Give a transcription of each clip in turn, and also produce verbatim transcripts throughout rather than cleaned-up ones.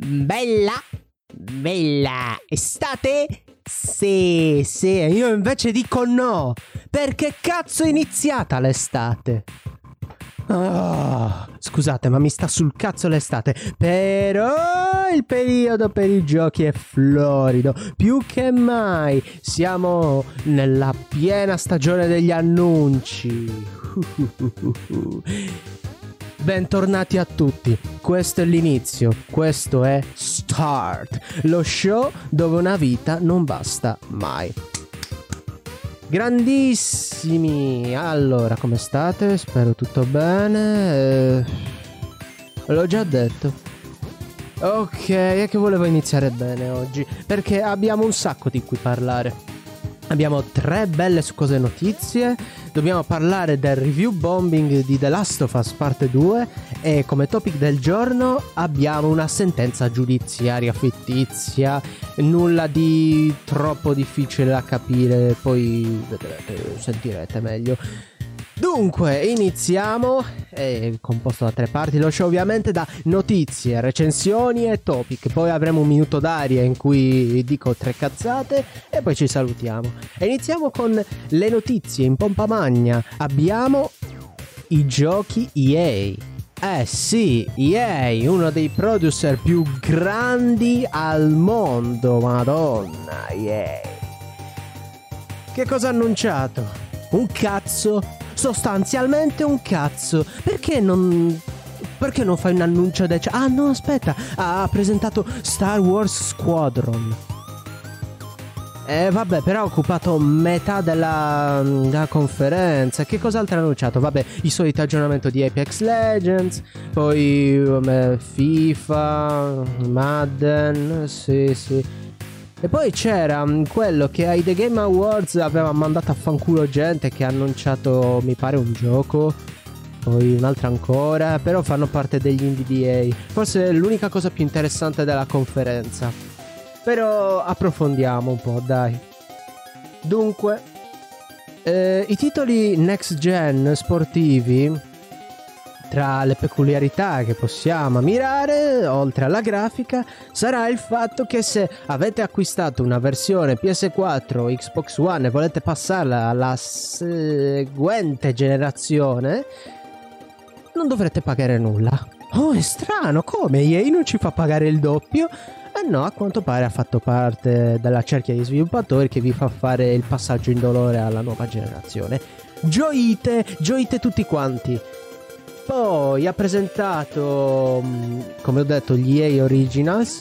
Bella, bella estate? Sì, sì, io invece dico no. Perché cazzo è iniziata l'estate? Oh, scusate, ma mi sta sul cazzo l'estate. Però il periodo per i giochi è florido. Più che mai siamo nella piena stagione degli annunci. Bentornati a tutti, questo è l'inizio, questo è Start, lo show dove una vita non basta mai. Grandissimi, allora come state? Spero tutto bene, eh, l'ho già detto. Ok, è che volevo iniziare bene oggi, perché abbiamo un sacco di cui parlare. Abbiamo tre belle succose notizie. Dobbiamo parlare del review bombing di The Last of Us parte due. E come topic del giorno abbiamo una sentenza giudiziaria fittizia. Nulla di troppo difficile da capire, poi vedrete, sentirete meglio. Dunque, iniziamo. È composto da tre parti lo show, ovviamente, da notizie, recensioni e topic. Poi avremo un minuto d'aria in cui dico tre cazzate e poi ci salutiamo. E iniziamo con le notizie in pompa magna. Abbiamo i giochi E A. Eh sì, E A, uno dei producer più grandi al mondo. Madonna, E A. Che cosa ha annunciato? Un cazzo. Sostanzialmente un cazzo. Perché non... Perché non fai un annuncio decente? Ah no, aspetta. Ha presentato Star Wars Squadron. Eh vabbè, però ha occupato metà della, della conferenza. Che cos'altro ha annunciato? Vabbè, i soliti aggiornamenti di Apex Legends. Poi vabbè, FIFA, Madden. Sì, sì. E poi c'era quello che ai The Game Awards aveva mandato a fanculo gente, che ha annunciato, mi pare, un gioco, poi un'altra ancora, però fanno parte degli indie di E A. Forse è l'unica cosa più interessante della conferenza. Però approfondiamo un po', dai. Dunque, eh, i titoli next gen sportivi, tra le peculiarità che possiamo ammirare, oltre alla grafica, sarà il fatto che se avete acquistato una versione P S quattro o Xbox One e volete passarla alla seguente generazione, non dovrete pagare nulla. Oh, è strano, come? E A non ci fa pagare il doppio? Eh no, a quanto pare ha fatto parte della cerchia di sviluppatori che vi fa fare il passaggio indolore alla nuova generazione. Gioite, gioite tutti quanti. Poi ha presentato, come ho detto, gli E A Originals.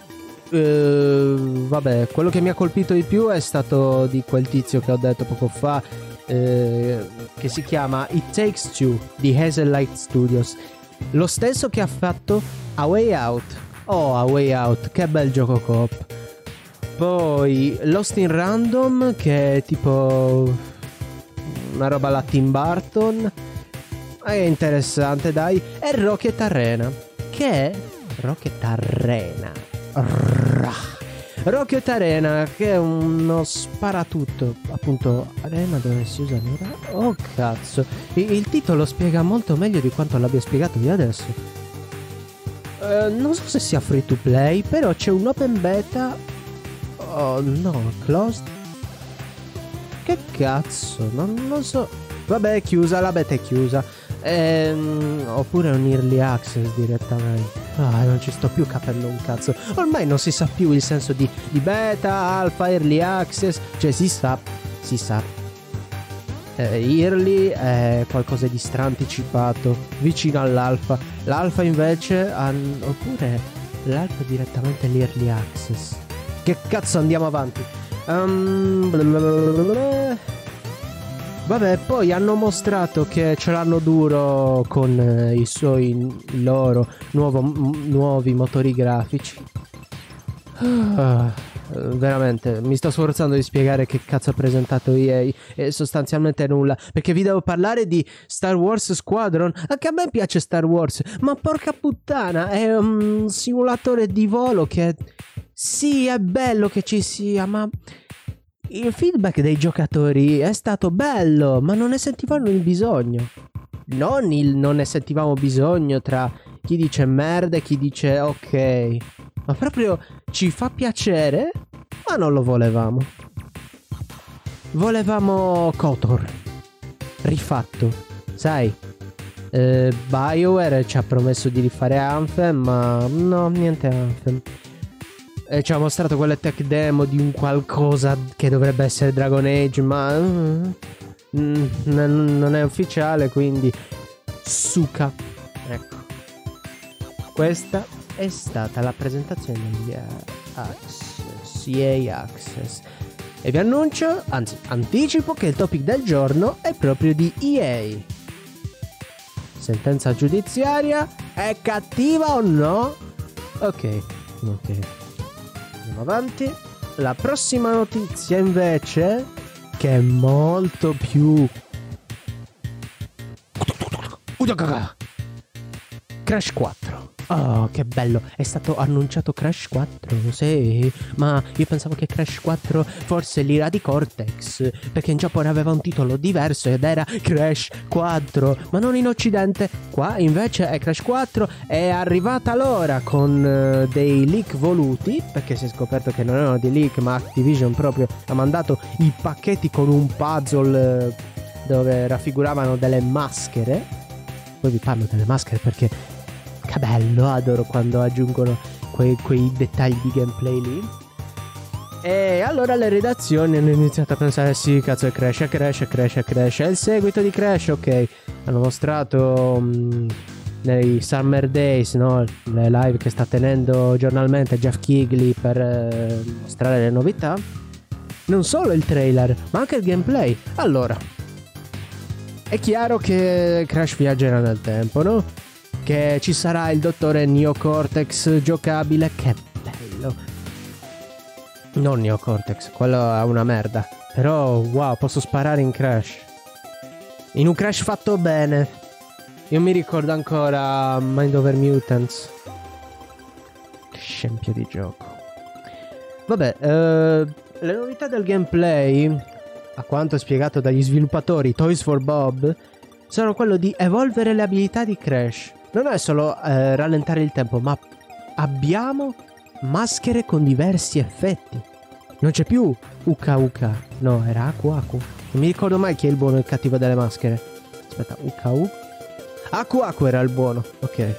eh, Vabbè, quello che mi ha colpito di più è stato di quel tizio che ho detto poco fa, eh, che si chiama It Takes Two di Hazelight Studios, lo stesso che ha fatto A Way Out. Oh, A Way Out, che bel gioco coop. Poi Lost in Random, che è tipo una roba alla Tim Burton. È interessante, dai. E Rocket Arena, che è Rocket Arena Rocket Arena, che è uno sparatutto, appunto, arena dove si usa l'ora. Oh cazzo, il, il titolo spiega molto meglio di quanto l'abbia spiegato io adesso. uh, Non so se sia free to play, però c'è un open beta. Oh no, closed. Che cazzo, non lo so. Vabbè, è chiusa, la beta è chiusa. Ehm, oppure un early access direttamente. Ah, non ci sto più capendo un cazzo. Ormai non si sa più il senso di, di beta, alfa, early access. Cioè si sa, si sa. eh, Early è qualcosa di straanticipato, vicino all'alfa. L'alfa invece han... oppure l'alfa è direttamente l'early access. Che cazzo, andiamo avanti. um, blablabla. Vabbè, poi hanno mostrato che ce l'hanno duro con eh, i suoi i loro nuovo, m- nuovi motori grafici. Ah, veramente mi sto sforzando di spiegare che cazzo ha presentato E A e sostanzialmente nulla, perché vi devo parlare di Star Wars Squadron. Anche a me piace Star Wars, ma porca puttana, è un simulatore di volo che sì, è bello che ci sia, ma il feedback dei giocatori è stato bello, ma non ne sentivano il bisogno. Non il non ne sentivamo bisogno tra chi dice merda e chi dice ok. Ma proprio ci fa piacere, ma non lo volevamo. Volevamo KOTOR rifatto, sai. eh, BioWare ci ha promesso di rifare Anthem, ma no, niente Anthem. E ci ha mostrato quelle tech demo di un qualcosa che dovrebbe essere Dragon Age, ma mm, mm, non è ufficiale, quindi suka. Ecco, questa è stata la presentazione di Access, E A Access. E vi annuncio, anzi anticipo, che il topic del giorno è proprio di E A. Sentenza giudiziaria è cattiva o no? Ok, ok. Andiamo avanti. La prossima notizia invece, che è molto più... Crash quattro. Oh, che bello. È stato annunciato Crash quattro. Sì, ma io pensavo che Crash quattro fosse l'ira di Cortex, perché in Giappone aveva un titolo diverso ed era Crash quattro, ma non in Occidente. Qua invece è Crash quattro. È arrivata l'ora con uh, dei leak voluti, perché si è scoperto che non erano dei leak, ma Activision proprio ha mandato i pacchetti con un puzzle uh, dove raffiguravano delle maschere. Poi vi parlo delle maschere perché che bello, adoro quando aggiungono quei, quei dettagli di gameplay lì. E allora le redazioni hanno iniziato a pensare: sì, cazzo, è Crash, è Crash, è Crash, è Crash, è il seguito di Crash, ok. Hanno mostrato mh, nei Summer Days, no, le live che sta tenendo giornalmente Jeff Keighley per eh, mostrare le novità. Non solo il trailer, ma anche il gameplay. Allora, è chiaro che Crash viaggerà nel tempo, no? Che ci sarà il dottore Neo Cortex giocabile. Che bello. Non Neo Cortex, quello è una merda. Però wow, posso sparare in Crash. In un Crash fatto bene. Io mi ricordo ancora Mind Over Mutants. Che scempio di gioco. Vabbè, eh, le novità del gameplay, a quanto spiegato dagli sviluppatori Toys for Bob, sono quello di evolvere le abilità di Crash. Non è solo eh, rallentare il tempo, ma abbiamo maschere con diversi effetti. Non c'è più Uka Uka, no, era Aku Aku. Non mi ricordo mai chi è il buono e il cattivo delle maschere. Aspetta, Uka Uka. Aku Aku era il buono, ok.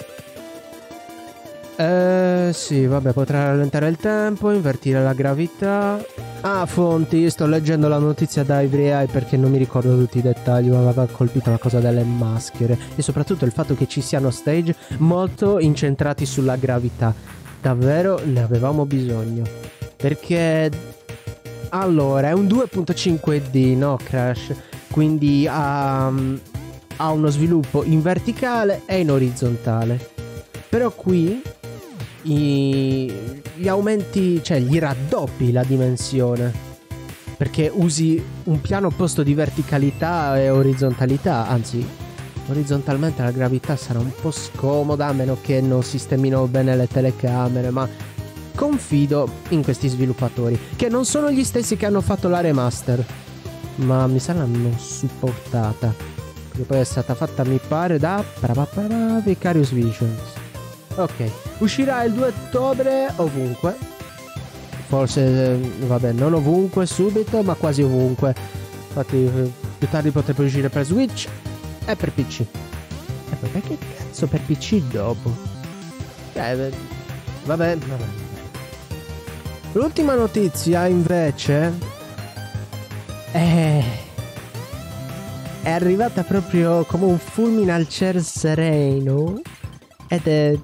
Eh, sì, vabbè, potrà rallentare il tempo, invertire la gravità. Ah, fonti, sto leggendo la notizia da Ivory Eye perché non mi ricordo tutti i dettagli, ma aveva colpito la cosa delle maschere e soprattutto il fatto che ci siano stage molto incentrati sulla gravità. Davvero ne avevamo bisogno, perché allora è un due punto cinque D, no, Crash, quindi ha, ha uno sviluppo in verticale e in orizzontale. Però qui I, gli aumenti, cioè gli raddoppi la dimensione, perché usi un piano opposto di verticalità e orizzontalità. Anzi, orizzontalmente la gravità sarà un po' scomoda, a meno che non sistemino bene le telecamere, ma confido in questi sviluppatori, che non sono gli stessi che hanno fatto la remaster, ma mi sa l'hanno supportata, che poi è stata fatta, mi pare, da Vicarious Visions. Ok, uscirà il due ottobre ovunque. Forse, vabbè, non ovunque subito, ma quasi ovunque. Infatti più tardi potrebbe uscire per Switch e per P C. E poi perché cazzo per P C dopo? Eh, vabbè, vabbè. L'ultima notizia invece è... è arrivata proprio come un fulmine al ciel sereno. Ed è...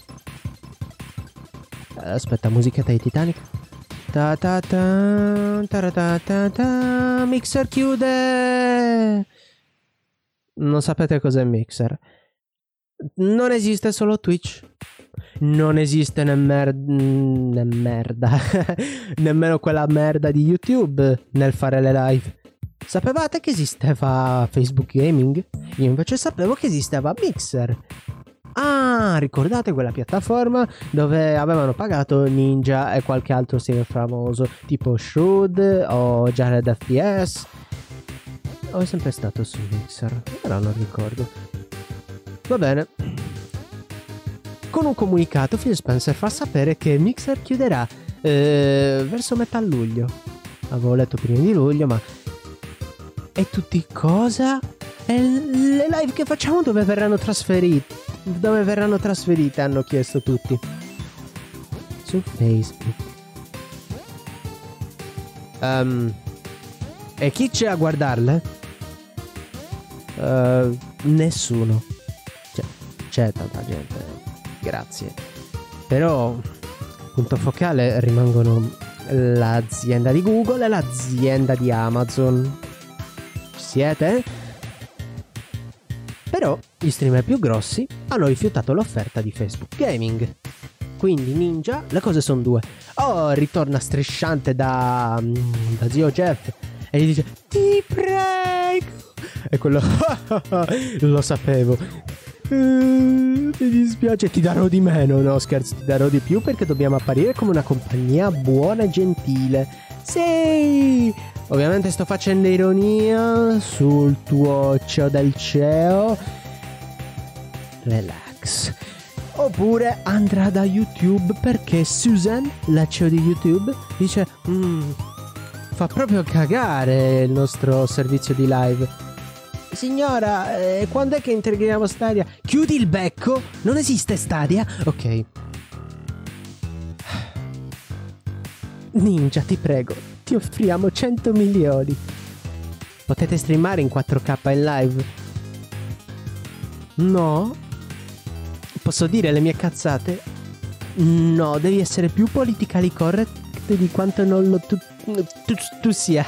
aspetta, musichetta di Titanic. Ta ta ta, ta ta ta ta, Mixer chiude. Non sapete cos'è Mixer? Non esiste solo Twitch. Non esiste ne mer- ne merda nemmeno quella merda di YouTube nel fare le live. Sapevate che esisteva Facebook Gaming? Io invece sapevo che esisteva Mixer. Ah, ricordate quella piattaforma dove avevano pagato Ninja e qualche altro streamer famoso, tipo Shrewd o Jared F P S? O è sempre stato su Mixer? Ora non ricordo. Va bene. con un comunicato Phil Spencer fa sapere che Mixer chiuderà eh, verso metà luglio. Avevo letto prima di luglio, ma... E tutti cosa? E le live che facciamo dove verranno trasferite? Dove verranno trasferite? Hanno chiesto tutti. Su Facebook. Um, e chi c'è a guardarle? Uh, nessuno. C'è, c'è tanta gente. Grazie. Però punto focale rimangono l'azienda di Google e l'azienda di Amazon. Ci siete? Però gli streamer più grossi hanno rifiutato l'offerta di Facebook Gaming. Quindi Ninja, le cose sono due. O ritorna strisciante da, da zio Jeff e gli dice ti prego. E quello lo sapevo. Uh, mi dispiace, ti darò di meno. No scherzo, ti darò di più perché dobbiamo apparire come una compagnia buona e gentile. Sì. Ovviamente sto facendo ironia sul tuo C E O del C E O. Relax. Oppure andrà da YouTube perché Susan, la C E O di YouTube, dice mm, fa proprio cagare il nostro servizio di live. Signora, eh, quando è che integriamo Stadia? Chiudi il becco, non esiste Stadia. Ok. Ninja, ti prego, ti offriamo cento milioni. Potete streamare in quattro K in live? No? Posso dire le mie cazzate? No, devi essere più politically correct di quanto non lo tu, tu, tu sia.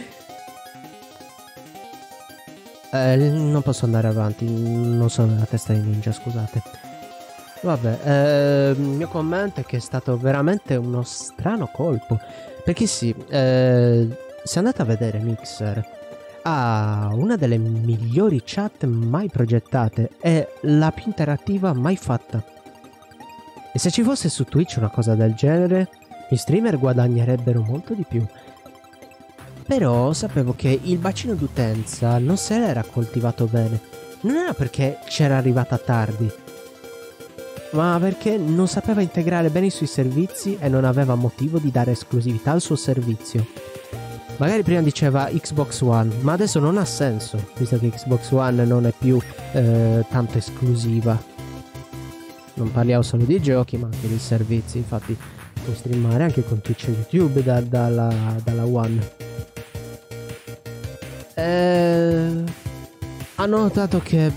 eh, non posso andare avanti, non sono nella testa di Ninja, scusate. Vabbè, eh, il mio commento è che è stato veramente uno strano colpo. Perché sì, eh, se andate a vedere Mixer, ha una delle migliori chat mai progettate e la più interattiva mai fatta. E se ci fosse su Twitch una cosa del genere, gli streamer guadagnerebbero molto di più. Però sapevo che il bacino d'utenza non se l'era coltivato bene. Non era perché c'era arrivata tardi, ma perché non sapeva integrare bene i suoi servizi e non aveva motivo di dare esclusività al suo servizio. Magari prima diceva Xbox One, ma adesso non ha senso, visto che Xbox One non è più eh, tanto esclusiva. Non parliamo solo di giochi, ma anche di servizi. Infatti puoi streamare anche con Twitch e YouTube da, dalla, dalla One. E... hanno notato che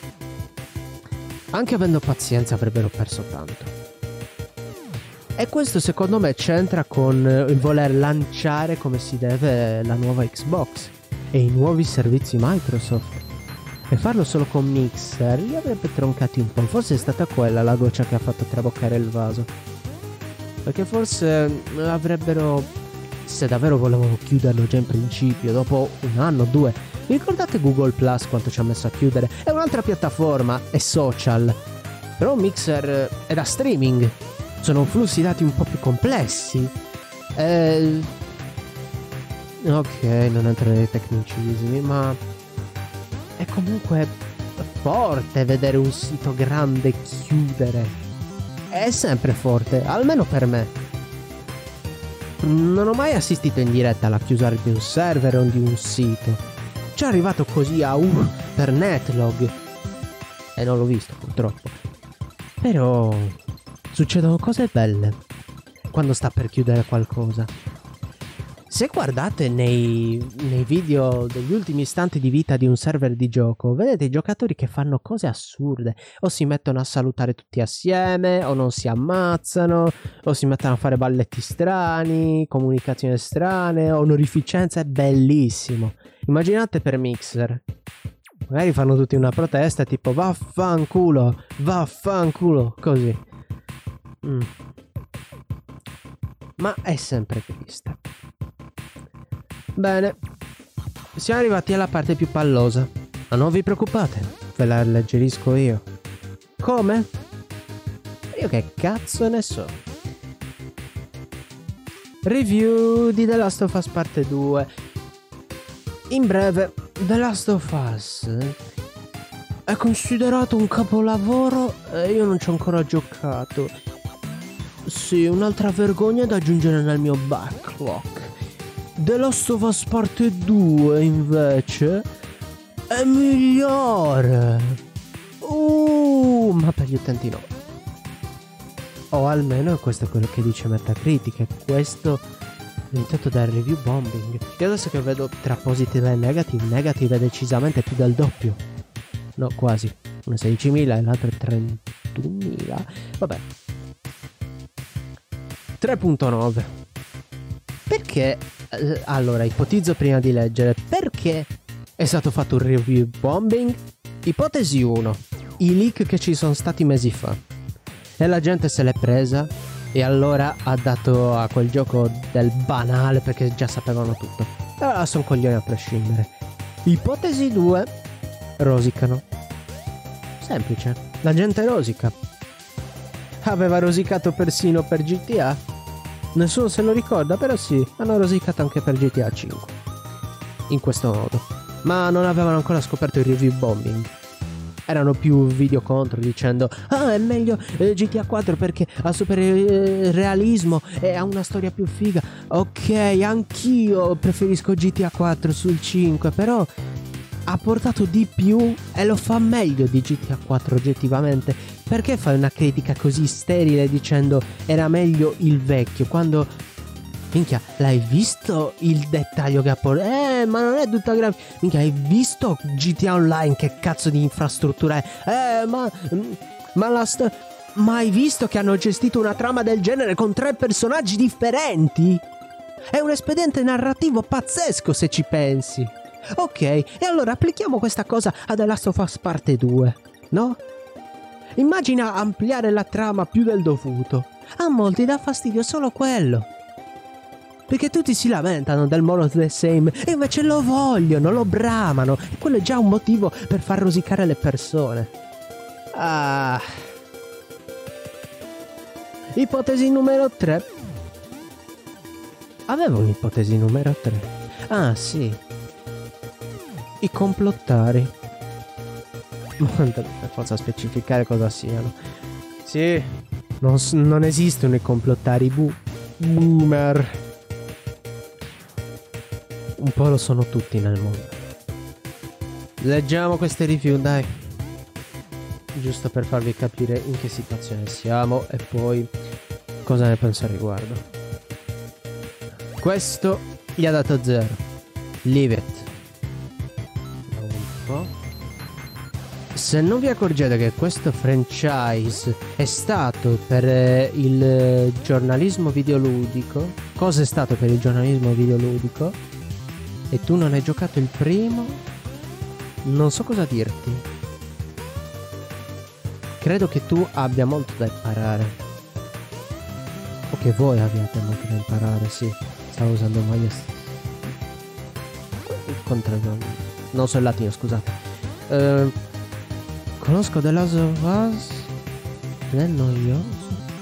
anche avendo pazienza avrebbero perso tanto. E questo secondo me c'entra con il voler lanciare come si deve la nuova Xbox e i nuovi servizi Microsoft. E farlo solo con Mixer li avrebbe troncati un po'. Forse è stata quella la goccia che ha fatto traboccare il vaso. Perché forse avrebbero, se davvero volevano chiuderlo già in principio, dopo un anno o due. Vi ricordate Google Plus quanto ci ha messo a chiudere? È un'altra piattaforma, è social. Però Mixer è da streaming. Sono flussi dati un po' più complessi. Eh... Ok, non entro nei tecnicismi, ma è comunque forte vedere un sito grande chiudere. È sempre forte, almeno per me. Non ho mai assistito in diretta alla chiusura di un server o di un sito. Ci è arrivato così a uh, per Netlog e non l'ho visto purtroppo. Però succedono cose belle quando sta per chiudere qualcosa. Se guardate nei, nei video degli ultimi istanti di vita di un server di gioco, vedete i giocatori che fanno cose assurde. O si mettono a salutare tutti assieme, o non si ammazzano, o si mettono a fare balletti strani, comunicazioni strane, onorificenza. È bellissimo. Immaginate per Mixer. Magari fanno tutti una protesta tipo vaffanculo, vaffanculo, così. Mm. Ma è sempre triste. Bene, siamo arrivati alla parte più pallosa. Ma non vi preoccupate, ve la alleggerisco io. Come? Io che cazzo ne so. Review di The Last of Us parte due. In breve, The Last of Us è considerato un capolavoro e io non ci ho ancora giocato. Sì, un'altra vergogna da aggiungere nel mio backlog. The Last of Us Parte due invece è migliore. Uh, ma per gli utenti no. O almeno questo è quello che dice Metacritic. E questo limitato dal review bombing. Io adesso che vedo tra positive e negative, negative è decisamente più del doppio. No, quasi. Una sedicimila e l'altra trentunomila. Vabbè. tre virgola nove. Perché? Eh, allora, ipotizzo prima di leggere. Perché è stato fatto un review bombing? Ipotesi uno. I leak che ci sono stati mesi fa. E la gente se l'è presa e allora ha dato a quel gioco del banale perché già sapevano tutto. E allora sono coglioni a prescindere. Ipotesi due. Rosicano. Semplice. La gente rosica. Aveva rosicato persino per G T A. Nessuno se lo ricorda, però sì, hanno rosicato anche per G T A cinque. In questo modo. Ma non avevano ancora scoperto il review bombing. Erano più video contro dicendo: ah, è meglio eh, G T A quattro perché ha super eh, realismo e ha una storia più figa. Ok, anch'io preferisco G T A quattro sul cinque, però ha portato di più e lo fa meglio di G T A quattro oggettivamente. Perché fai una critica così sterile dicendo era meglio il vecchio quando... Minchia, l'hai visto il dettaglio che ha portato? Eh, ma non è tutta grave. Minchia, hai visto G T A Online che cazzo di infrastruttura è? Eh, ma... Ma la sto... Ma hai visto che hanno gestito una trama del genere con tre personaggi differenti? È un espediente narrativo pazzesco se ci pensi. Ok, e allora applichiamo questa cosa a The Last of Us Parte due, no? Immagina ampliare la trama più del dovuto. A molti dà fastidio solo quello. Perché tutti si lamentano del more of the same e invece lo vogliono, lo bramano. E quello è già un motivo per far rosicare le persone. Ah. Ipotesi numero tre. Avevo un'ipotesi numero tre. Ah, sì. I complottari. Per forza specificare cosa siano. Sì. Non, non esistono i complottari. Bu boomer. Un po' lo sono tutti nel mondo. Leggiamo queste review, dai. Giusto per farvi capire in che situazione siamo e poi cosa ne penso al riguardo. Questo gli ha dato zero. Leave it. Un po'. Se non vi accorgete che questo franchise è stato per eh, il giornalismo videoludico, cosa è stato per il giornalismo videoludico? E tu non hai giocato il primo, non so cosa dirti. Credo che tu abbia molto da imparare. O che voi abbiate molto da imparare, sì. Stavo usando meglio il contrario. Non so il latino, scusate. uh, Conosco The Last of Us. È noioso.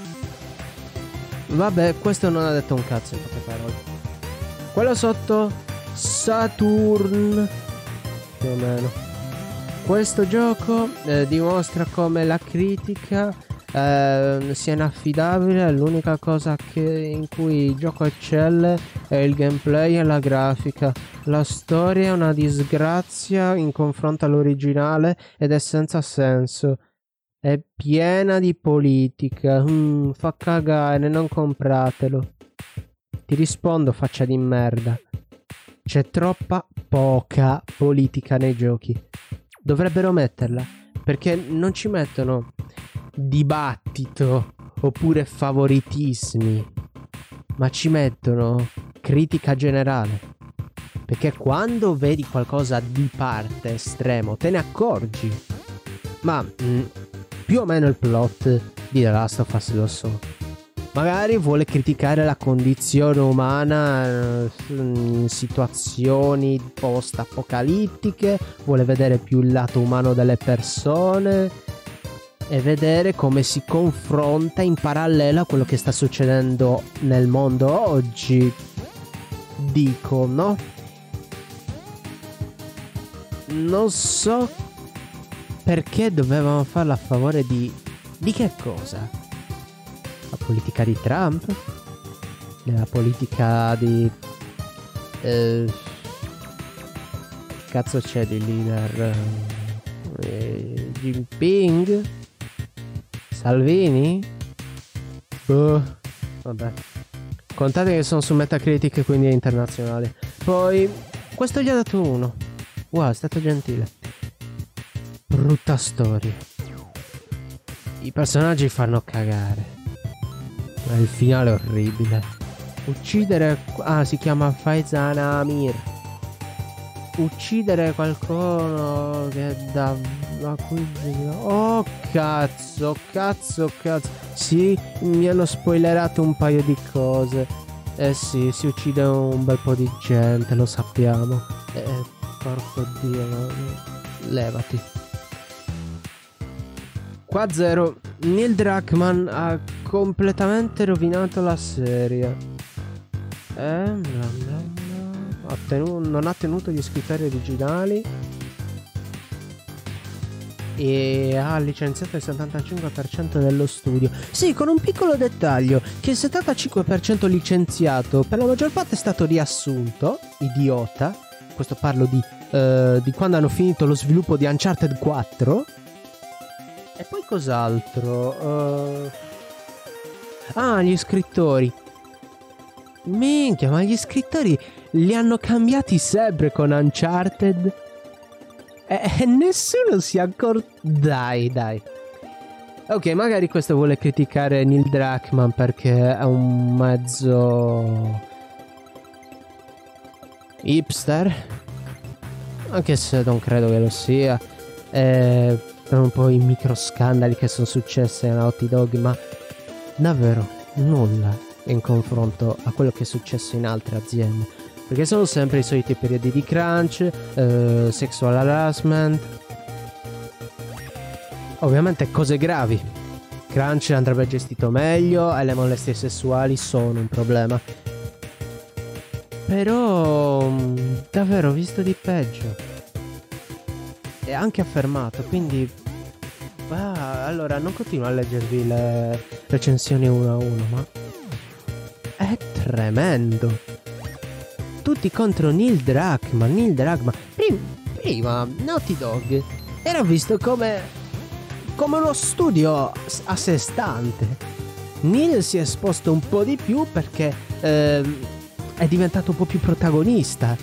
Vabbè, questo non ha detto un cazzo in poche parole. Quello sotto Saturn, più o meno. Questo gioco eh, dimostra come la critica eh, sia inaffidabile. L'unica cosa che, in cui il gioco eccelle è il gameplay e la grafica. La storia è una disgrazia in confronto all'originale ed è senza senso. È piena di politica. Mm, fa cagare, non compratelo. Ti rispondo, faccia di merda. C'è troppa poca politica nei giochi. Dovrebbero metterla, perché non ci mettono dibattito oppure favoritismi, ma ci mettono critica generale. Perché quando vedi qualcosa di parte estremo te ne accorgi. Ma mh, più o meno il plot di The Last of Us lo so. Magari vuole criticare la condizione umana in situazioni post-apocalittiche, vuole vedere più il lato umano delle persone e vedere come si confronta in parallelo a quello che sta succedendo nel mondo oggi. Dico, no? Non so perché dovevano farlo a favore di... di che cosa? La politica di Trump? Della politica di... Eh, che cazzo c'è di leader? Eh, Jinping? Salvini? Boh, vabbè. Contate che sono su Metacritic, quindi è internazionale. Poi, questo gli ha dato uno. Wow, è stato gentile. Brutta storia. I personaggi fanno cagare. Ma il finale è orribile. Uccidere... Ah, si chiama Faizan Amir. Uccidere qualcuno che da... a cui... Oh cazzo, cazzo, cazzo. Sì, mi hanno spoilerato un paio di cose. Eh sì, si uccide un bel po' di gente, lo sappiamo. Eh, porco dio, no. Levati. Qua zero. Neil Druckmann ha completamente rovinato la serie. Eh, bla bla bla. Ha tenu- non ha tenuto gli scrittori originali. E ha licenziato il settantacinque per cento dello studio. Sì, con un piccolo dettaglio, che il settantacinque per cento licenziato per la maggior parte è stato riassunto. Idiota. Questo parlo di, uh, di quando hanno finito lo sviluppo di Uncharted quattro. E poi cos'altro? Uh... Ah, gli scrittori. Minchia, ma gli scrittori li hanno cambiati sempre con Uncharted. E eh, nessuno si è accorto. Dai, dai. Ok, magari questo vuole criticare Neil Druckmann perché è un mezzo hipster. Anche se non credo che lo sia. Eh, per un po' i microscandali che sono successi a Naughty Dog, ma davvero nulla in confronto a quello che è successo in altre aziende. Perché sono sempre i soliti periodi di crunch, eh, sexual harassment. Ovviamente cose gravi. Crunch andrebbe gestito meglio e le molestie sessuali sono un problema. Però davvero visto di peggio. E anche affermato, quindi... Ah, allora non continuo a leggervi le recensioni uno a uno, ma... è tremendo. Tutti contro Neil Druckmann. Neil Druckmann Prima, prima Naughty Dog era visto come come uno studio a sé stante. Neil si è esposto un po' di più perché eh, è diventato un po' più protagonista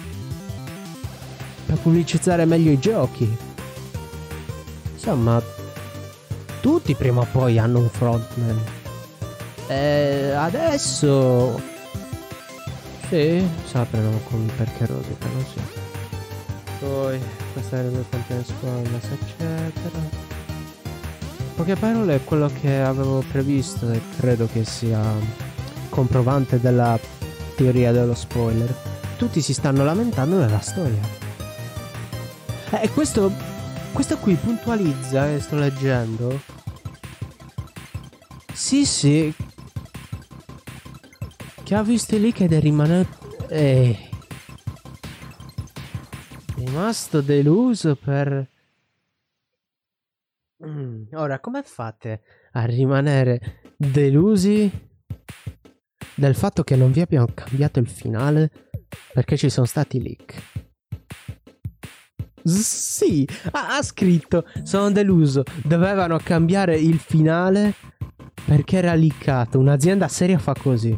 per pubblicizzare meglio i giochi. Insomma, tutti prima o poi hanno un frontman. E adesso sì, saprano con perché rosica, non so. Poi questa era il campionato squadra, eccetera. Poche parole è quello che avevo previsto e credo che sia comprovante della teoria dello spoiler. Tutti si stanno lamentando della storia. E questo questo qui puntualizza, e sto leggendo. Sì, sì, che ha visto lì che è rimasto eh, rimasto deluso per mm. Ora come fate a rimanere delusi del fatto che non vi abbiano cambiato il finale perché ci sono stati leak? Sì, ha, ha scritto sono deluso, dovevano cambiare il finale perché era leakato. Un'azienda seria fa così.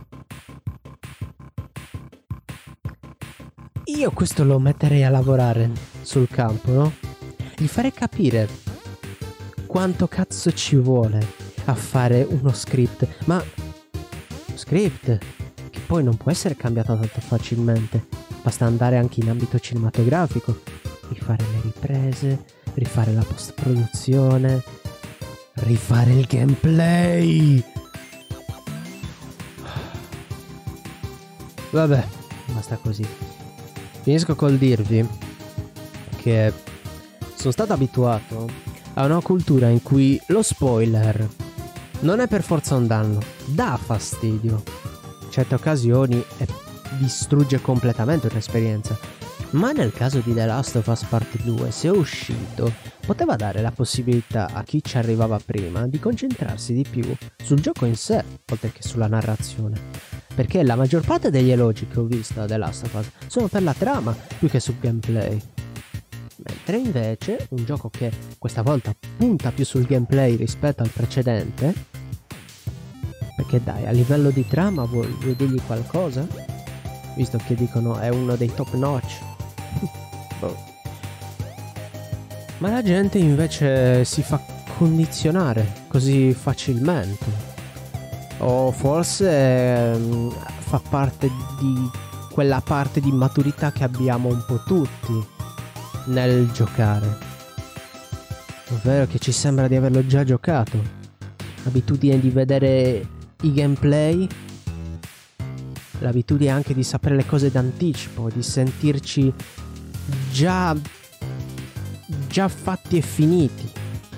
Io questo lo metterei a lavorare sul campo, no? Gli farei capire quanto cazzo ci vuole a fare uno script. Ma script che poi non può essere cambiato tanto facilmente. Basta andare anche in ambito cinematografico, rifare le riprese, rifare la post-produzione, rifare il gameplay. Vabbè, basta così. Finisco col dirvi che sono stato abituato a una cultura in cui lo spoiler non è per forza un danno, dà fastidio. In certe occasioni e distrugge completamente un'esperienza. Ma nel caso di The Last of Us Part due, se è uscito, poteva dare la possibilità a chi ci arrivava prima di concentrarsi di più sul gioco in sé, oltre che sulla narrazione. Perché la maggior parte degli elogi che ho visto a The Last of Us sono per la trama più che sul gameplay. Mentre invece un gioco che questa volta punta più sul gameplay rispetto al precedente, perché dai, a livello di trama vuoi, vuoi dirgli qualcosa? Visto che dicono è uno dei top notch. Oh. Ma la gente invece si fa condizionare così facilmente. O forse ehm, fa parte di quella parte di maturità che abbiamo un po' tutti nel giocare, ovvero che ci sembra di averlo già giocato. L'abitudine di vedere i gameplay, l'abitudine anche di sapere le cose d'anticipo, di sentirci già già fatti e finiti.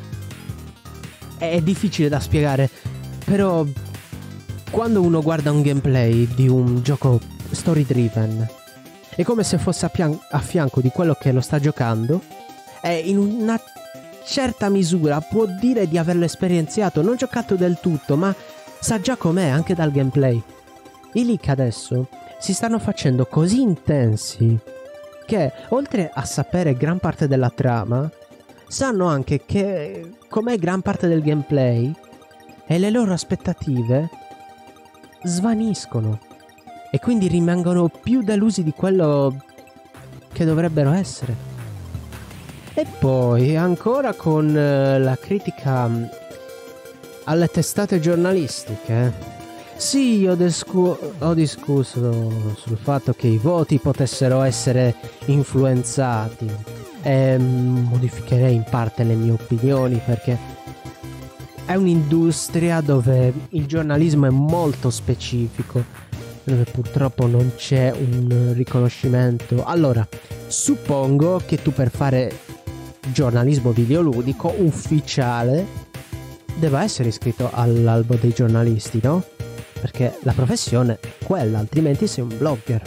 È difficile da spiegare, però quando uno guarda un gameplay di un gioco story driven è come se fosse a, pian- a fianco di quello che lo sta giocando e in una certa misura può dire di averlo esperienziato, non giocato del tutto, ma sa già com'è anche dal gameplay. I leak adesso si stanno facendo così intensi che, oltre a sapere gran parte della trama, sanno anche che com'è gran parte del gameplay e le loro aspettative svaniscono e quindi rimangono più delusi di quello che dovrebbero essere. E poi ancora con eh, la critica mh, alle testate giornalistiche. Sì, ho, discu- ho discusso sul fatto che i voti potessero essere influenzati e mh, modificherei in parte le mie opinioni, perché è un'industria dove il giornalismo è molto specifico, dove purtroppo non c'è un riconoscimento. Allora, suppongo che tu per fare giornalismo videoludico ufficiale debba essere iscritto all'albo dei giornalisti, no? Perché la professione è quella, altrimenti sei un blogger.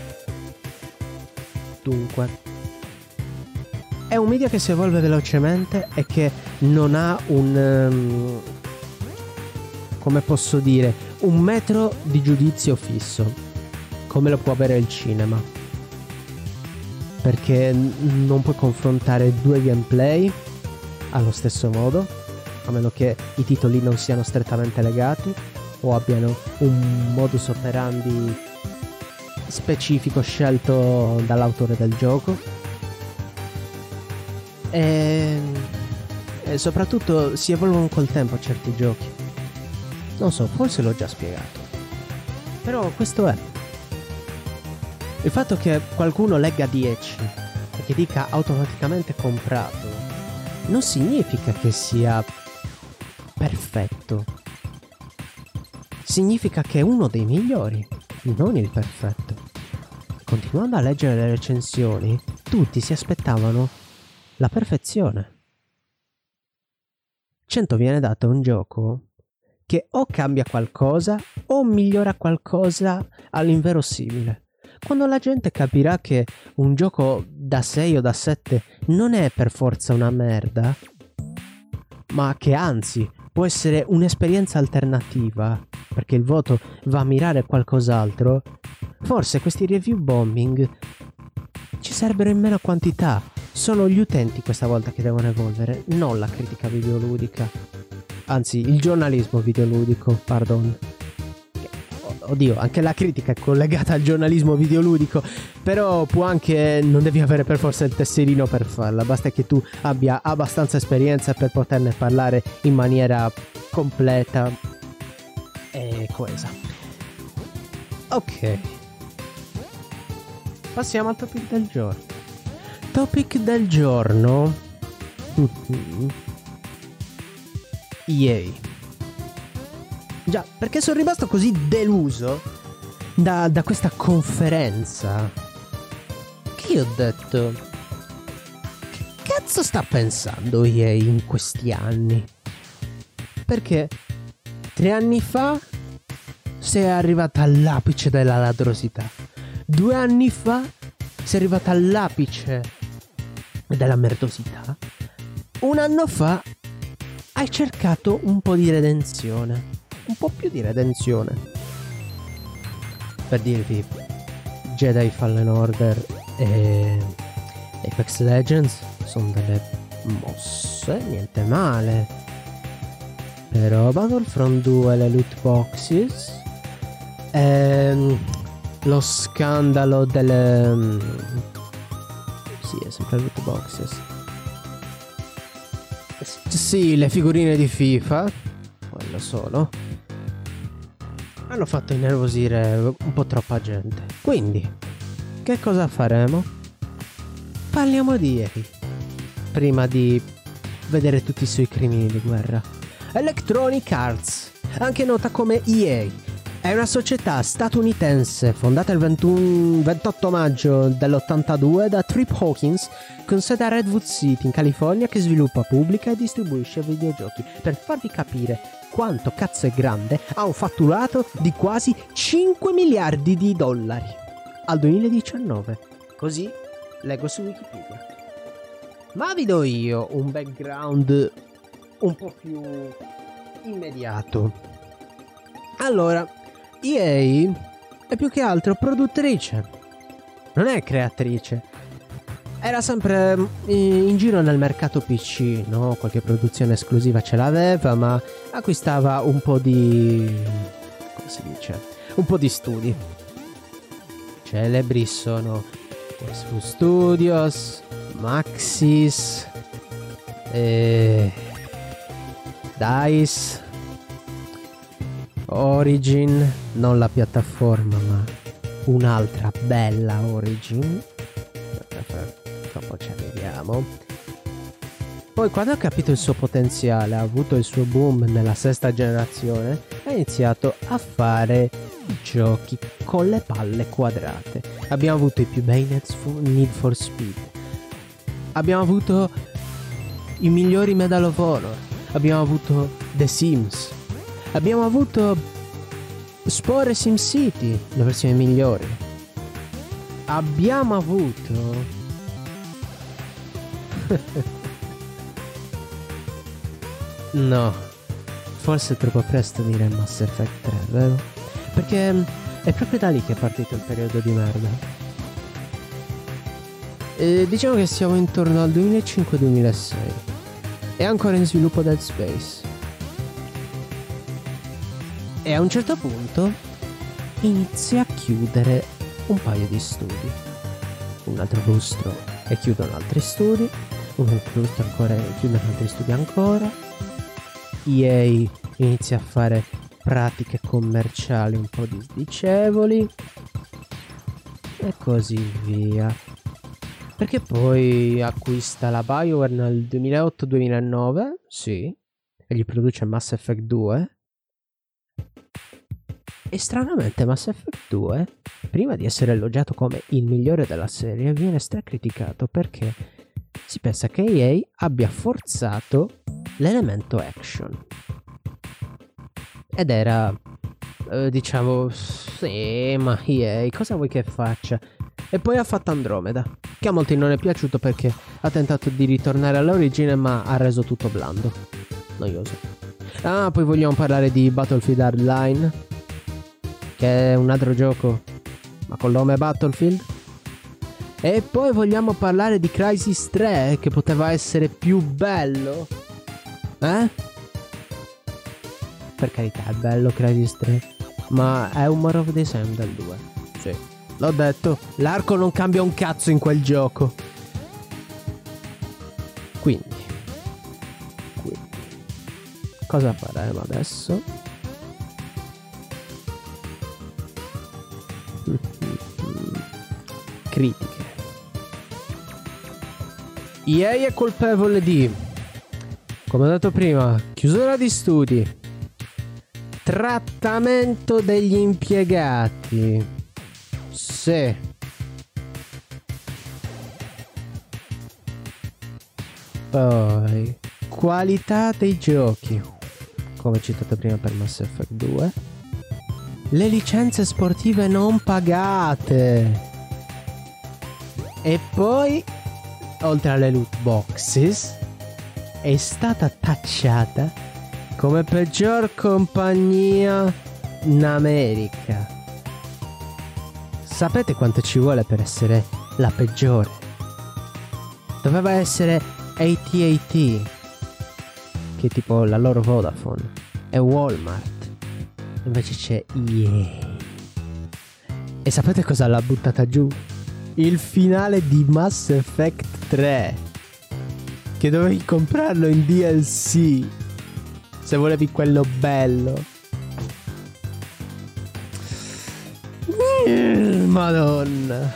Dunque, è un media che si evolve velocemente e che non ha un... Um, come posso dire, un metro di giudizio fisso, come lo può avere il cinema. Perché n- non puoi confrontare due gameplay allo stesso modo, a meno che i titoli non siano strettamente legati o abbiano un modus operandi specifico scelto dall'autore del gioco. E, e soprattutto si evolvono col tempo certi giochi. Non so, forse l'ho già spiegato, però questo è. Il fatto che qualcuno legga dieci e che dica automaticamente comprato non significa che sia perfetto. Significa che è uno dei migliori, non il perfetto. Continuando a leggere le recensioni, tutti si aspettavano la perfezione. cento viene dato a un gioco che o cambia qualcosa o migliora qualcosa all'inverosimile. Quando la gente capirà che un gioco da sei o da sette non è per forza una merda, ma che anzi può essere un'esperienza alternativa, perché il voto va a mirare qualcos'altro, forse questi review bombing ci sarebbero in meno quantità. Sono gli utenti questa volta che devono evolvere, non la critica videoludica. Anzi, il giornalismo videoludico, pardon. Oddio, anche la critica è collegata al giornalismo videoludico, però può anche, non devi avere per forza il tesserino per farla, basta che tu abbia abbastanza esperienza per poterne parlare in maniera completa e coesa. Ok, passiamo al topic del giorno. Topic del giorno. Mm-hmm. E A. Già, perché sono rimasto così deluso da, da questa conferenza che io ho detto, che cazzo sta pensando E A in questi anni? Perché tre anni fa sei arrivata all'apice della ladrosità, due anni fa sei arrivata all'apice della merdosità, un anno fa hai cercato un po' di redenzione, un po' più di redenzione. Per dirvi, Jedi Fallen Order e Apex Legends sono delle mosse, niente male. Però Battlefront due, le loot boxes, ehm, lo scandalo delle... sì, è sempre loot boxes. Sì, le figurine di FIFA, quello solo, hanno fatto innervosire un po' troppa gente. Quindi, che cosa faremo? Parliamo di E A, prima di vedere tutti i suoi crimini di guerra. Electronic Arts, anche nota come E A, è una società statunitense fondata il ventuno, ventotto maggio dell'ottantadue da Trip Hawkins, con sede a Redwood City in California, che sviluppa, pubblica e distribuisce videogiochi. Per farvi capire quanto cazzo è grande, ha un fatturato di quasi cinque miliardi di dollari al duemiladiciannove. Così leggo su Wikipedia. Ma vi do io un background un po' più immediato. Allora, E A è più che altro produttrice, non è creatrice. Era sempre in giro nel mercato P C, no? Qualche produzione esclusiva ce l'aveva, ma acquistava un po' di... come si dice? Un po' di studi. Celebri sono Westwood Studios, Maxis, e... DICE, Origin, non la piattaforma ma un'altra bella Origin, dopo ci arriviamo. Poi quando ha capito il suo potenziale, ha avuto il suo boom nella sesta generazione, ha iniziato a fare giochi con le palle quadrate. Abbiamo avuto i più bei Need for Speed, abbiamo avuto i migliori Medal of Honor, abbiamo avuto The Sims, abbiamo avuto Spore SimCity, le versioni migliori. Abbiamo avuto no, forse è troppo presto dire Mass Effect tre, vero? Perché è proprio da lì che è partito il periodo di merda. E diciamo che siamo intorno al duemilacinque duemilasei. È ancora in sviluppo Dead Space. E a un certo punto inizia a chiudere un paio di studi. Un altro lustro e chiudono altri studi. Un altro lustro ancora e chiudono altri studi ancora. E A inizia a fare pratiche commerciali un po' disdicevoli. E così via. Perché poi acquista la BioWare nel duemilaotto duemilanove. Sì. E gli produce Mass Effect due. E stranamente Mass Effect due, prima di essere elogiato come il migliore della serie, viene stracriticato perché si pensa che E A abbia forzato l'elemento action. Ed era, eh, diciamo, sì, ma E A cosa vuoi che faccia? E poi ha fatto Andromeda, che a molti non è piaciuto perché ha tentato di ritornare all'origine ma ha reso tutto blando, noioso. Ah, poi vogliamo parlare di Battlefield Hardline, che è un altro gioco ma con nome Battlefield. E poi vogliamo parlare di Crysis tre, che poteva essere più bello. Eh? Per carità è bello Crysis tre, ma è un more of the same del due. Sì, l'ho detto, l'arco non cambia un cazzo in quel gioco. Quindi Quindi cosa faremo adesso? Critiche. E A è colpevole di, come ho detto prima, chiusura di studi, trattamento degli impiegati, sì, poi qualità dei giochi, come citato prima per Mass Effect due, le licenze sportive non pagate. E poi, oltre alle loot boxes, è stata tacciata come peggior compagnia in America. Sapete quanto ci vuole per essere la peggiore? Doveva essere A T and T, che è tipo la loro Vodafone, e Walmart. Invece c'è E A. E sapete cosa l'ha buttata giù? Il finale di Mass Effect tre, che dovevi comprarlo in D L C se volevi quello bello. Mm, Madonna.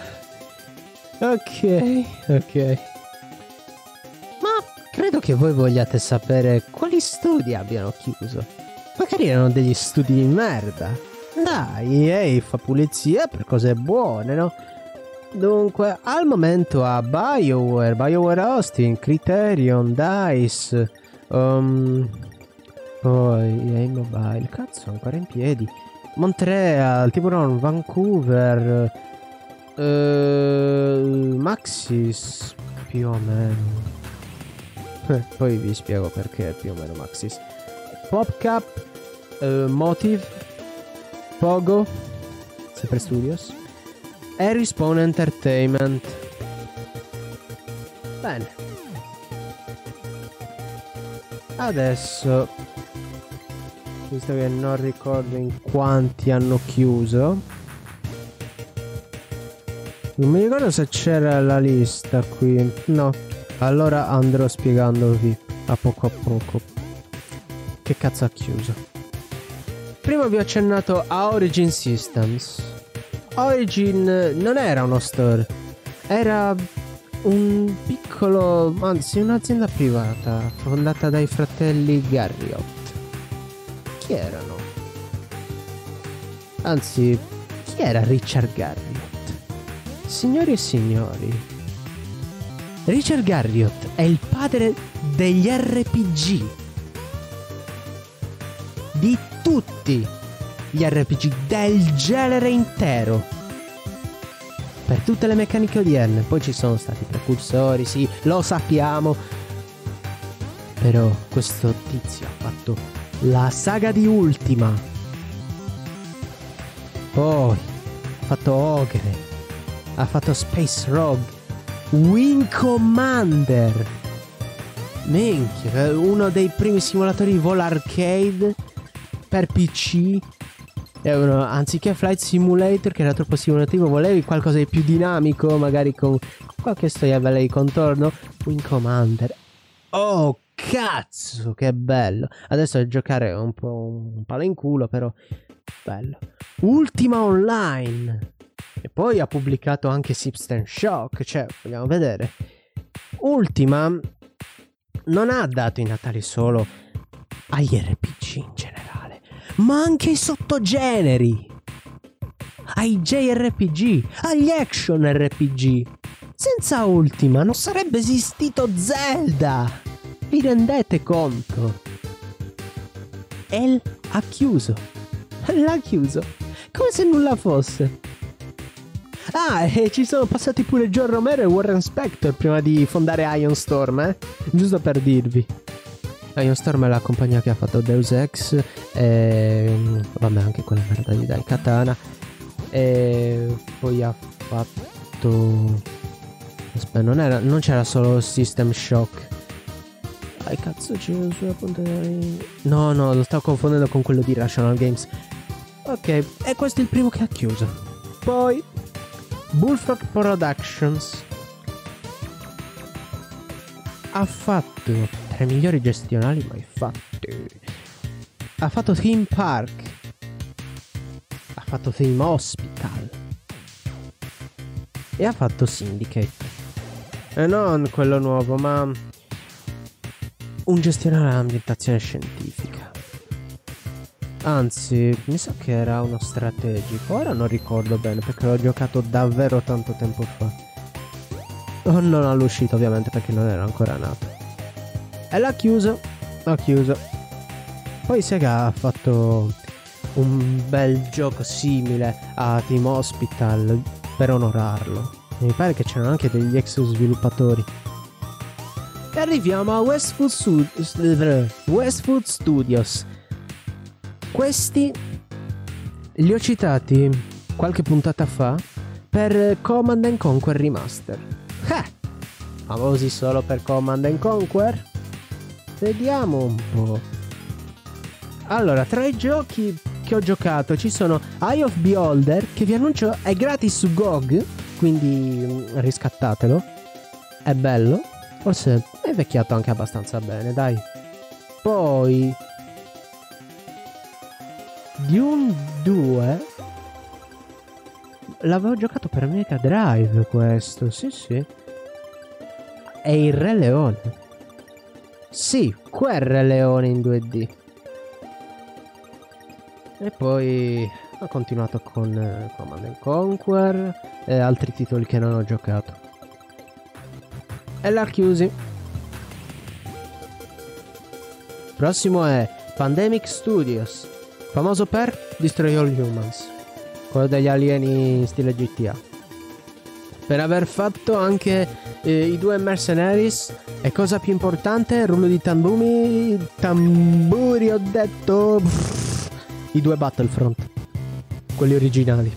Ok, ok. Ma credo che voi vogliate sapere quali studi abbiano chiuso. Magari erano degli studi di merda. Dai, E A fa pulizia per cose buone, no? Dunque, al momento ha BioWare, BioWare Austin, Criterion, DICE, um, poi E A Mobile, cazzo, ancora in piedi, Montreal, Tiburon, Vancouver, uh, Maxis, più o meno. Eh, poi vi spiego perché più o meno Maxis. PopCap, uh, Motive, Pogo, sempre Studios, e Respawn Entertainment. Bene. Adesso, visto che non ricordo in quanti hanno chiuso, non mi ricordo se c'era la lista qui. No, allora andrò spiegandovi a poco a poco che cazzo ha chiuso. Prima vi ho accennato a Origin Systems. Origin non era uno store, era un piccolo, anzi un'azienda privata fondata dai fratelli Garriott. Chi erano? Anzi, chi era Richard Garriott? Signori e signori, Richard Garriott è il padre degli R P G, di tutti gli R P G del genere intero, per tutte le meccaniche odierne. Poi ci sono stati precursori, sì, lo sappiamo, però questo tizio ha fatto la saga di Ultima, poi ha fatto Ogre, ha fatto Space Rogue, Wing Commander, minchia, uno dei primi simulatori di volo arcade per P C. E uno, anziché Flight Simulator, che era troppo simulativo, volevi qualcosa di più dinamico, magari con qualche storia bella di contorno. Wing Commander, oh cazzo, che bello. Adesso a giocare è un po' un palo in culo, però bello. Ultima Online, e poi ha pubblicato anche System Shock, cioè vogliamo vedere. Ultima non ha dato i natali solo agli R P G in generale, ma anche ai sottogeneri, ai J R P G, agli action R P G. Senza Ultima non sarebbe esistito Zelda, vi rendete conto? E ha chiuso, l'ha chiuso come se nulla fosse. Ah, e ci sono passati pure John Romero e Warren Spector prima di fondare Ion Storm, eh? Giusto per dirvi. Ion Storm è la compagnia che ha fatto Deus Ex, e vabbè, anche quella merda di Daikatana, e poi ha fatto, aspetta, non era, non c'era solo System Shock. Ai cazzo, c'è sulla punta di... no no, lo sto confondendo con quello di Rational Games. Ok, e questo è il primo che ha chiuso. Poi Bullfrog Productions ha fatto tra i migliori gestionali mai fatti. Ha fatto Theme Park, ha fatto Theme Hospital e ha fatto Syndicate. E non quello nuovo, ma un gestionale all'ambientazione scientifica. Anzi, mi sa che era uno strategico, ora non ricordo bene perché l'ho giocato davvero tanto tempo fa. Oh, non all'uscita ovviamente perché non era ancora nato. E l'ha chiuso, l'ha chiuso. Poi Sega ha fatto un bel gioco simile a Team Hospital per onorarlo. Mi pare che c'erano anche degli ex sviluppatori. E arriviamo a Westwood, Stud- Westwood Studios. Questi li ho citati qualche puntata fa per Command and Conquer Remaster. Eh, famosi solo per Command and Conquer? Vediamo un po'. Allora, tra i giochi che ho giocato ci sono Eye of Beholder, che vi annuncio è gratis su G O G, quindi riscattatelo. È bello. Forse è vecchiato anche abbastanza bene, dai. Poi Dune due l'avevo giocato per Mega Drive questo, sì sì. È il Re Leone. Sì, quel Re Leone in due D. E poi ho continuato con eh, Command and Conquer e altri titoli che non ho giocato. E l'ha chiusi. Prossimo è Pandemic Studios, famoso per Destroy All Humans, quello degli alieni in stile G T A, per aver fatto anche eh, i due Mercenaries e, cosa più importante, rullo di tamburi, tamburi ho detto, pff, i due Battlefront, quelli originali.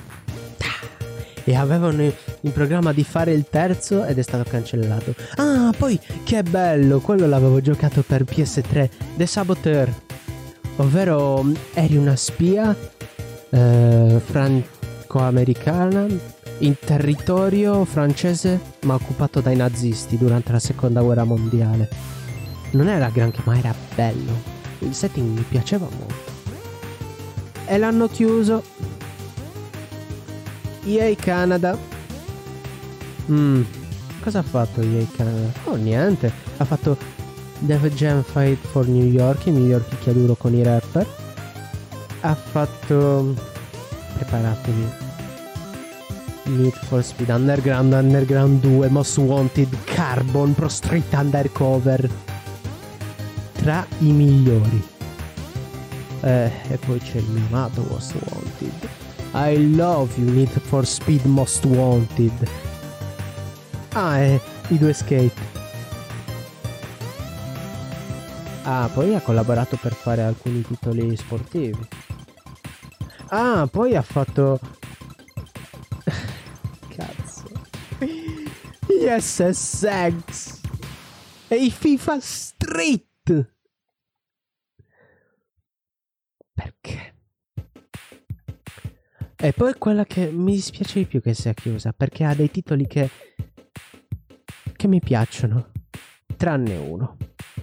E avevano in programma di fare il terzo ed è stato cancellato. Ah, poi che bello, quello l'avevo giocato per P S tre, The Saboteur, ovvero eri una spia eh, franco-americana in territorio francese ma occupato dai nazisti durante la seconda guerra mondiale. Non era granché, ma era bello, il setting mi piaceva molto. E l'hanno chiuso. E A Canada. Mm, cosa ha fatto E A Canada? Oh, niente. Ha fatto Def Jam Fight for New York, il miglior picchiaduro con i rapper. Ha fatto, preparatevi, Need for Speed Underground, Underground due, Most Wanted, Carbon, Pro Street Undercover, tra i migliori. Eh, e poi c'è il mio amato Most Wanted. I love you, Need for Speed Most Wanted. Ah, e i due Skate. Ah, poi ha collaborato per fare alcuni titoli sportivi. Ah, poi ha fatto... Cazzo. Gli S S X e i FIFA Street. Perché? E poi quella che mi dispiace di più che sia chiusa, perché ha dei titoli che che mi piacciono, tranne uno.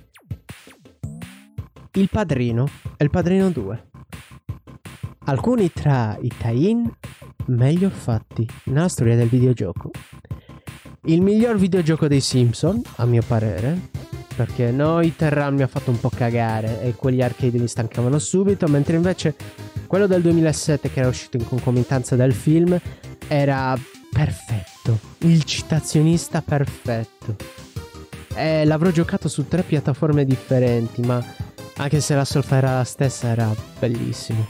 Il Padrino e il Padrino due. Alcuni tra i tie-in meglio fatti nella storia del videogioco. Il miglior videogioco dei Simpson, a mio parere, perché no, i Terran mi ha fatto un po' cagare e quegli arcade mi stancavano subito, mentre invece quello del duemilasette, che era uscito in concomitanza del film, era perfetto, il citazionista perfetto. E l'avrò giocato su tre piattaforme differenti, ma anche se la solfa era la stessa, era bellissimo.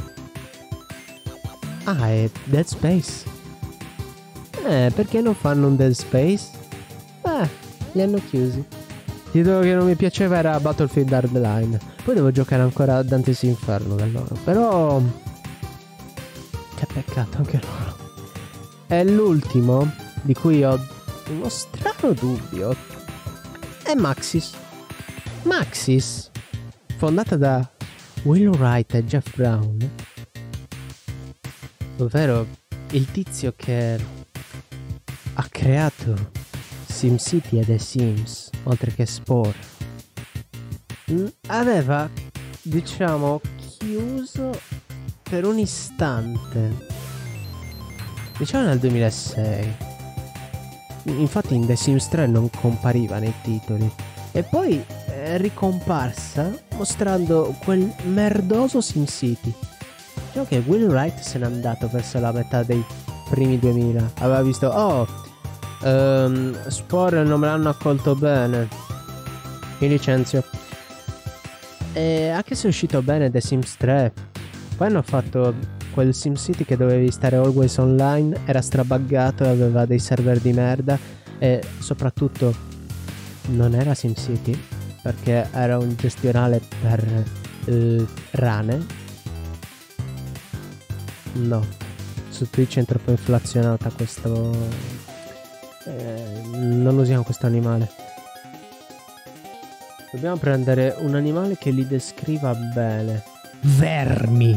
Ah, e Dead Space. Eh, perché non fanno un Dead Space? Eh, li hanno chiusi. Il titolo che non mi piaceva era Battlefield Hardline. Poi devo giocare ancora a Dante's Inferno da loro. Però... che peccato anche loro. E l'ultimo, di cui ho uno strano dubbio, è Maxis. Maxis, fondata da Will Wright e Jeff Brown, ovvero il tizio che ha creato SimCity e The Sims, oltre che Spore, aveva, diciamo, chiuso per un istante, diciamo nel duemilasei. Infatti in The Sims tre non compariva nei titoli, e poi è ricomparsa mostrando quel merdoso SimCity. Diciamo che Will Wright se n'è andato verso la metà dei primi duemila. Aveva visto, oh, um, Spore non me l'hanno accolto bene, mi licenzio. E anche se è uscito bene The Sims tre, poi hanno fatto quel SimCity che dovevi stare always online era strabuggato e aveva dei server di merda, e soprattutto non era SimCity perché era un gestionale per eh, rane. No, su Twitch è troppo inflazionata questo... Eh, non usiamo questo animale. Dobbiamo prendere un animale che li descriva bene. Vermi!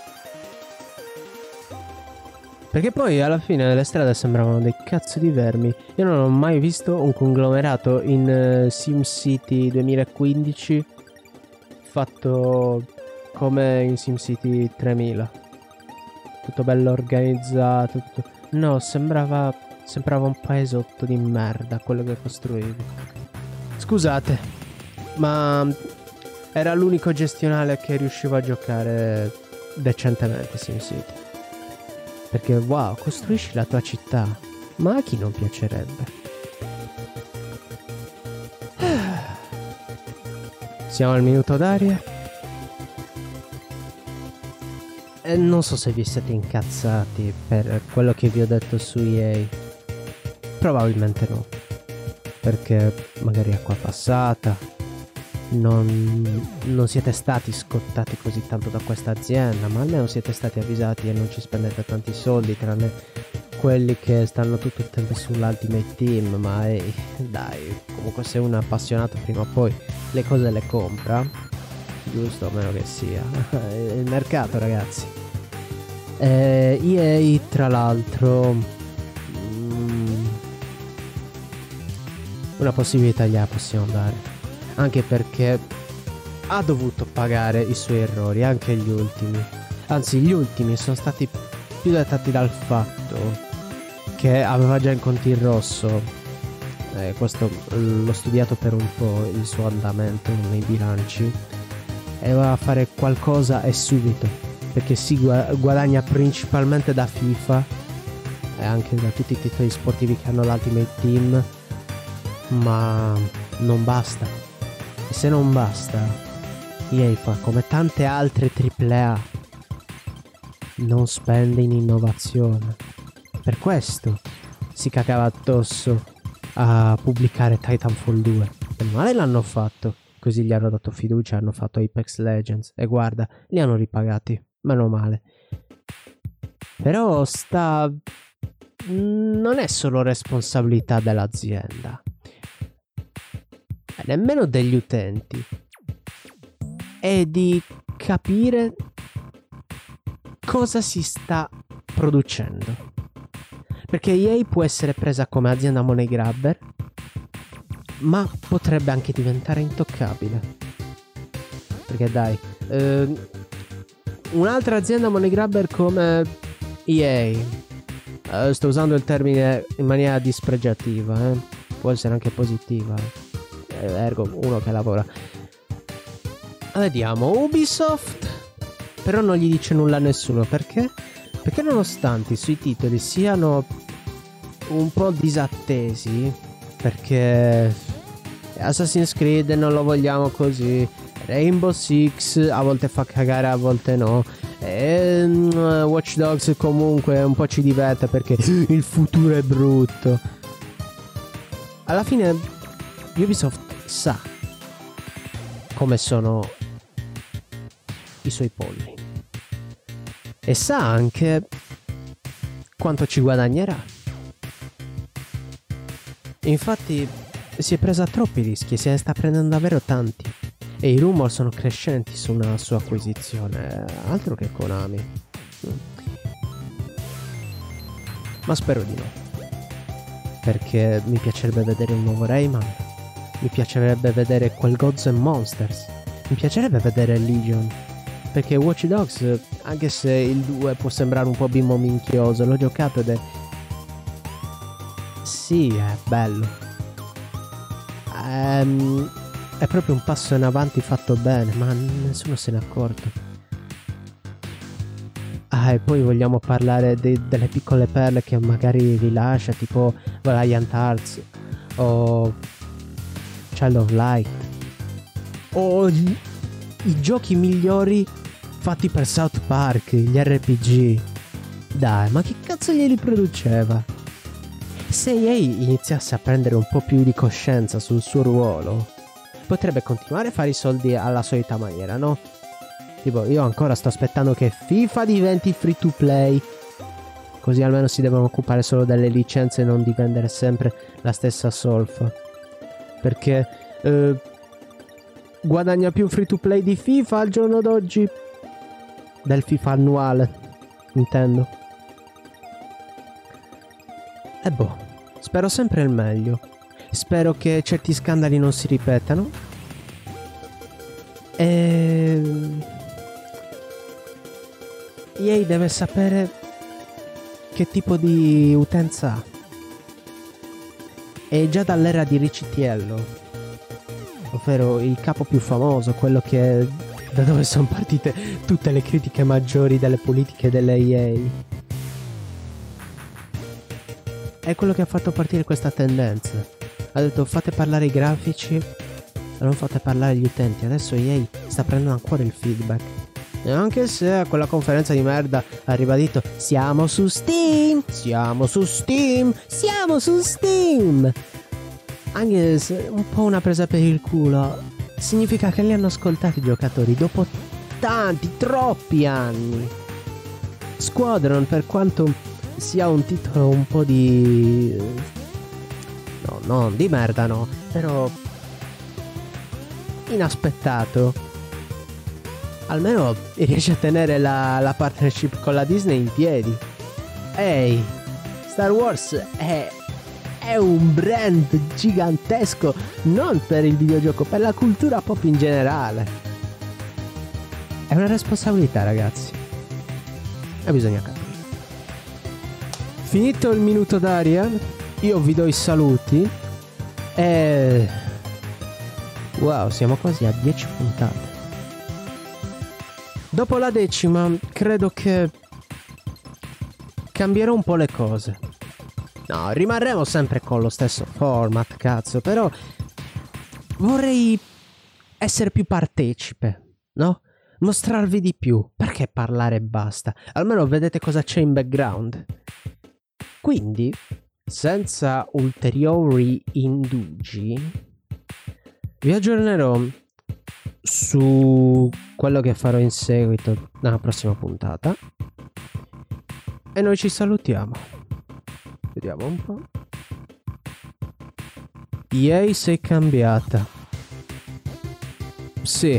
Perché poi alla fine le strade sembravano dei cazzo di vermi. Io non ho mai visto un conglomerato in uh, SimCity duemilaquindici fatto come in SimCity tremila. Tutto bello organizzato, tutto... No, sembrava... sembrava un paesotto di merda quello che costruivi. Scusate, ma era l'unico gestionale che riuscivo a giocare decentemente SimCity. Perché wow, costruisci la tua città, ma a chi non piacerebbe? Siamo al minuto d'aria. E non so se vi siete incazzati per quello che vi ho detto su E A. Probabilmente no, perché magari acqua passata, non, non siete stati scottati così tanto da questa azienda, ma almeno siete stati avvisati e non ci spendete tanti soldi, tranne quelli che stanno tutto il tempo sull'Ultimate Team. Ma ehi, dai, comunque se uno è appassionato prima o poi le cose le compra, giusto, a meno che sia il mercato, ragazzi. eh, E A tra l'altro una possibilità gliela possiamo dare, anche perché ha dovuto pagare i suoi errori, anche gli ultimi. Anzi, gli ultimi sono stati più dettati dal fatto che aveva già in conti in rosso. Eh, questo l'ho studiato per un po', il suo andamento nei bilanci, e doveva fare qualcosa e subito, perché si guadagna principalmente da FIFA e anche da tutti i titoli sportivi che hanno l'Ultimate Team, ma non basta. E se non basta, E A fa come tante altre tripla A, non spende in innovazione. Per questo si cagava addosso a pubblicare Titanfall due. E male l'hanno fatto, così gli hanno dato fiducia, hanno fatto Apex Legends e guarda, li hanno ripagati, meno male. Però sta... non è solo responsabilità dell'azienda, e nemmeno degli utenti, è di capire cosa si sta producendo, perché E A può essere presa come azienda money grabber, ma potrebbe anche diventare intoccabile. Perché dai, eh, un'altra azienda money grabber come E A, eh, sto usando il termine in maniera dispregiativa, eh, può essere anche positiva, eh, ergo uno che lavora. Vediamo, Ubisoft però non gli dice nulla a nessuno. Perché? Perché nonostante i suoi titoli siano un po' disattesi, perché Assassin's Creed non lo vogliamo così, Rainbow Six a volte fa cagare, a volte no, e uh, Watch Dogs comunque un po' ci diverte perché il futuro è brutto. Alla fine Ubisoft sa come sono i suoi polli e sa anche quanto ci guadagnerà. Infatti si è presa troppi rischi, se ne sta prendendo davvero tanti, e i rumor sono crescenti su una sua acquisizione, altro che Konami. Ma spero di no, perché mi piacerebbe vedere un nuovo Rayman, mi piacerebbe vedere quel Gods and Monsters, mi piacerebbe vedere Legion, perché Watch Dogs, anche se il due può sembrare un po' bimbo minchioso, l'ho giocato ed è... sì, è bello. Ehm, è proprio un passo in avanti fatto bene, ma nessuno se n'è accorto. Ah, e poi vogliamo parlare de- delle piccole perle che magari rilascia, tipo Valiant Hearts o Child of Light, o gli- i giochi migliori fatti per South Park, gli R P G. Dai, ma che cazzo glieli produceva? Se E A iniziasse a prendere un po' più di coscienza sul suo ruolo, potrebbe continuare a fare i soldi alla solita maniera, no? Tipo, io ancora sto aspettando che FIFA diventi free to play, così almeno si devono occupare solo delle licenze e non di vendere sempre la stessa solfa. Perché eh, guadagna più free to play di FIFA al giorno d'oggi, del FIFA annuale, intendo. E boh, spero sempre il meglio. Spero che certi scandali non si ripetano. E... E A deve sapere che tipo di utenza ha. È già dall'era di Ricciello, ovvero il capo più famoso, quello che da dove sono partite tutte le critiche maggiori delle politiche delle E A. È quello che ha fatto partire questa tendenza. Ha detto fate parlare i grafici e non fate parlare gli utenti. Adesso E A sta prendendo ancora il feedback. E anche se a quella conferenza di merda ha ribadito siamo su Steam, siamo su Steam, siamo su Steam. Anche se un po' una presa per il culo, significa che li hanno ascoltati i giocatori dopo tanti, troppi anni. Squadron, per quanto sia un titolo un po' di... no, non di merda, no, però inaspettato, almeno riesce a tenere la, la partnership con la Disney in piedi. Ehi, Star Wars è, è un brand gigantesco, non per il videogioco, per la cultura pop in generale. È una responsabilità, ragazzi, e bisogna capire. Finito il minuto d'aria, io vi do i saluti e... wow, siamo quasi a dieci puntate. Dopo la decima, credo che cambierò un po' le cose. No, rimarremo sempre con lo stesso format, cazzo, però vorrei essere più partecipe, no? Mostrarvi di più, perché parlare e basta? Almeno vedete cosa c'è in background. Quindi, senza ulteriori indugi, vi aggiornerò su quello che farò in seguito nella prossima puntata. E noi ci salutiamo. Vediamo un po'. E A sei cambiata. Sì.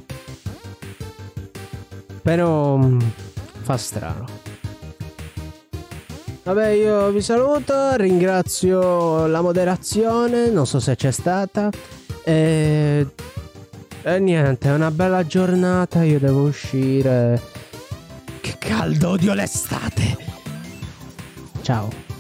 Però fa strano. Vabbè, io vi saluto, ringrazio la moderazione, non so se c'è stata. E, e niente, è una bella giornata, io devo uscire. Che caldo, odio l'estate. Ciao.